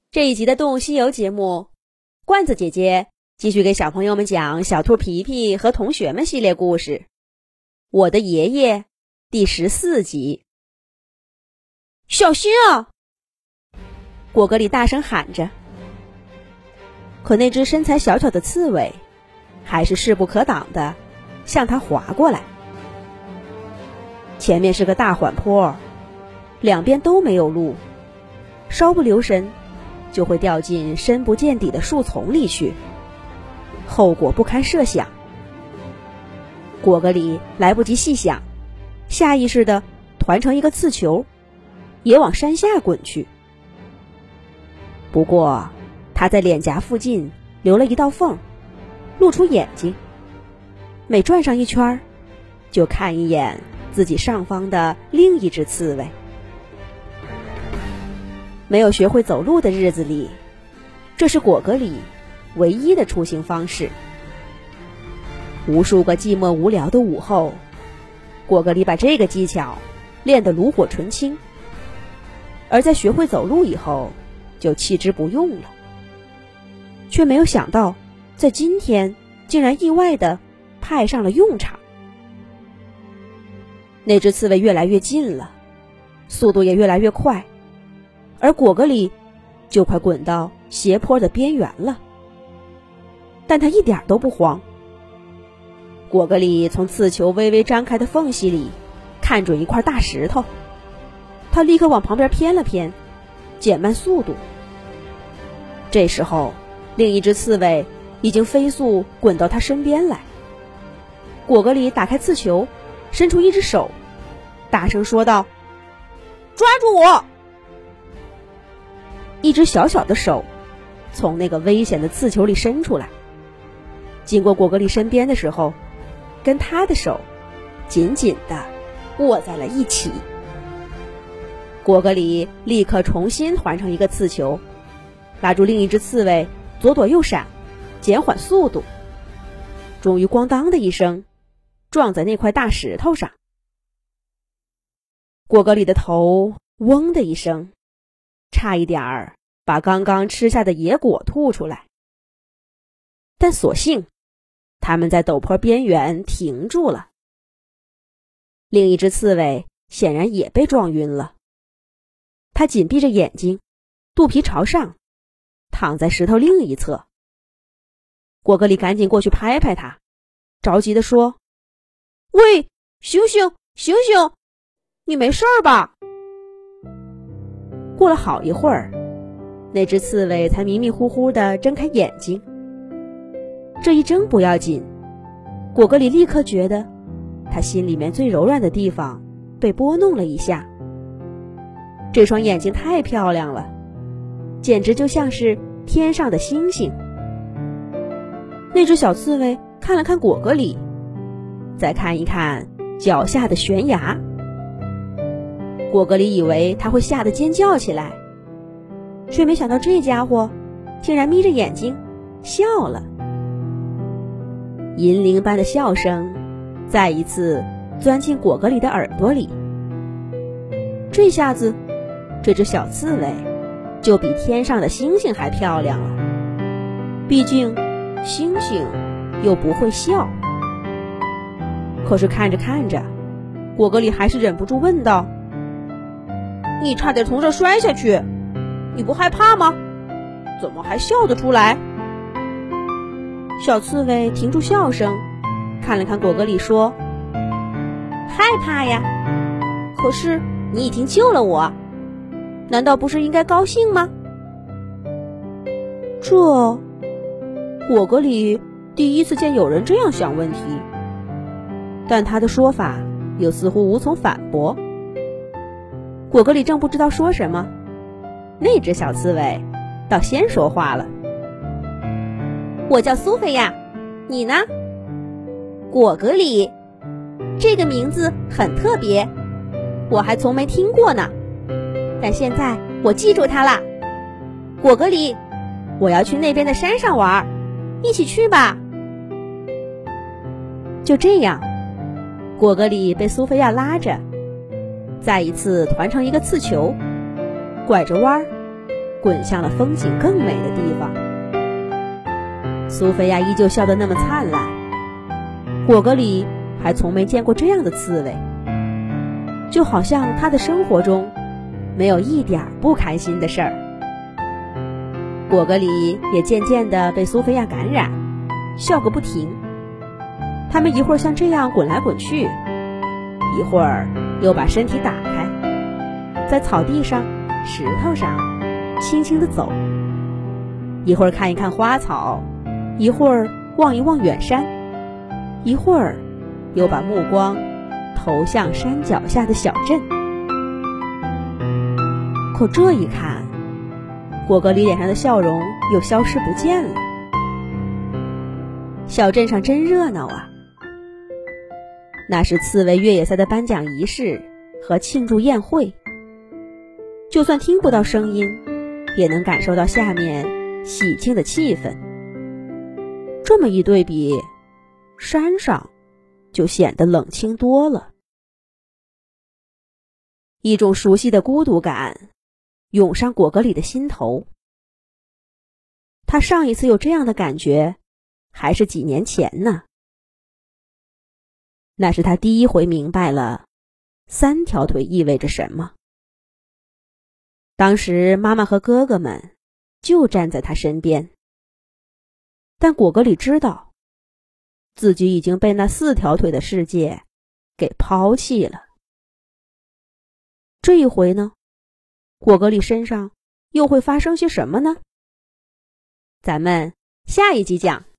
这一集的《动物西游》节目，罐子姐姐继续给小朋友们讲小兔皮皮和同学们系列故事《我的爷爷》第14集。小心啊！果戈里大声喊着。可那只身材小巧的刺猬还是势不可挡地向他滑过来。前面是个大缓坡，两边都没有路，稍不留神就会掉进深不见底的树丛里去，后果不堪设想。果戈里来不及细想，下意识地团成一个刺球，也往山下滚去。不过他在脸颊附近留了一道缝，露出眼睛，每转上一圈就看一眼自己上方的另一只刺猬。没有学会走路的日子里，这是果戈里唯一的出行方式。无数个寂寞无聊的午后，果戈里把这个技巧练得炉火纯青，而在学会走路以后就弃之不用了。却没有想到在今天竟然意外地派上了用场。那只刺猬越来越近了，速度也越来越快，而果戈里就快滚到斜坡的边缘了。但他一点都不慌。果戈里从刺球微微张开的缝隙里看准一块大石头，他立刻往旁边偏了偏，减慢速度。这时候另一只刺猬已经飞速滚到他身边来。果戈里打开刺球，伸出一只手，大声说道：抓住我！一只小小的手从那个危险的刺球里伸出来，经过果戈里身边的时候，跟他的手紧紧地握在了一起。果戈里立刻重新团成一个刺球，拉住另一只刺猬，左躲右闪，减缓速度，终于咣当的一声撞在那块大石头上。果戈里的头嗡的一声，差一点儿把刚刚吃下的野果吐出来。但所幸他们在陡坡边缘停住了。另一只刺猬显然也被撞晕了，他紧闭着眼睛，肚皮朝上，躺在石头另一侧。果戈里赶紧过去拍拍他，着急地说：喂，醒醒醒醒，你没事吧？过了好一会儿，那只刺猬才迷迷糊糊地睁开眼睛。这一睁不要紧，果戈里立刻觉得他心里面最柔软的地方被拨弄了一下。这双眼睛太漂亮了，简直就像是天上的星星。那只小刺猬看了看果戈里，再看一看脚下的悬崖。果戈里以为他会吓得尖叫起来，却没想到这家伙竟然眯着眼睛笑了。银铃般的笑声再一次钻进果戈里的耳朵里。这下子这只小刺猬就比天上的星星还漂亮了，毕竟星星又不会笑。可是看着看着，果戈里还是忍不住问道：你差点从这摔下去，你不害怕吗？怎么还笑得出来？小刺猬停住笑声，看了看果戈里说：害怕呀，可是你已经救了我，难道不是应该高兴吗？果戈里第一次见有人这样想问题，但他的说法又似乎无从反驳。果戈里正不知道说什么，那只小刺猬倒先说话了：我叫苏菲亚，你呢？果戈里，这个名字很特别，我还从没听过呢，但现在我记住它了。果戈里，我要去那边的山上玩，一起去吧。就这样，果戈里被苏菲亚拉着，再一次团成一个刺球，拐着弯儿滚向了风景更美的地方。苏菲亚依旧笑得那么灿烂，果戈里还从没见过这样的刺猬，就好像他的生活中没有一点不开心的事儿。果戈里也渐渐地被苏菲亚感染，笑个不停。他们一会儿像这样滚来滚去，一会儿又把身体打开，在草地上、石头上轻轻地走，一会儿看一看花草，一会儿望一望远山，一会儿又把目光投向山脚下的小镇。可这一看，果戈里脸上的笑容又消失不见了。小镇上真热闹啊！那是刺猬越野赛的颁奖仪式和庆祝宴会，就算听不到声音，也能感受到下面喜庆的气氛。这么一对比，山上就显得冷清多了。一种熟悉的孤独感涌上果戈里的心头。他上一次有这样的感觉还是几年前呢。那是他第一回明白了3条腿意味着什么。当时妈妈和哥哥们就站在他身边，但果戈里知道自己已经被那4条腿的世界给抛弃了。这一回呢，果戈里身上又会发生些什么呢？咱们下一集讲。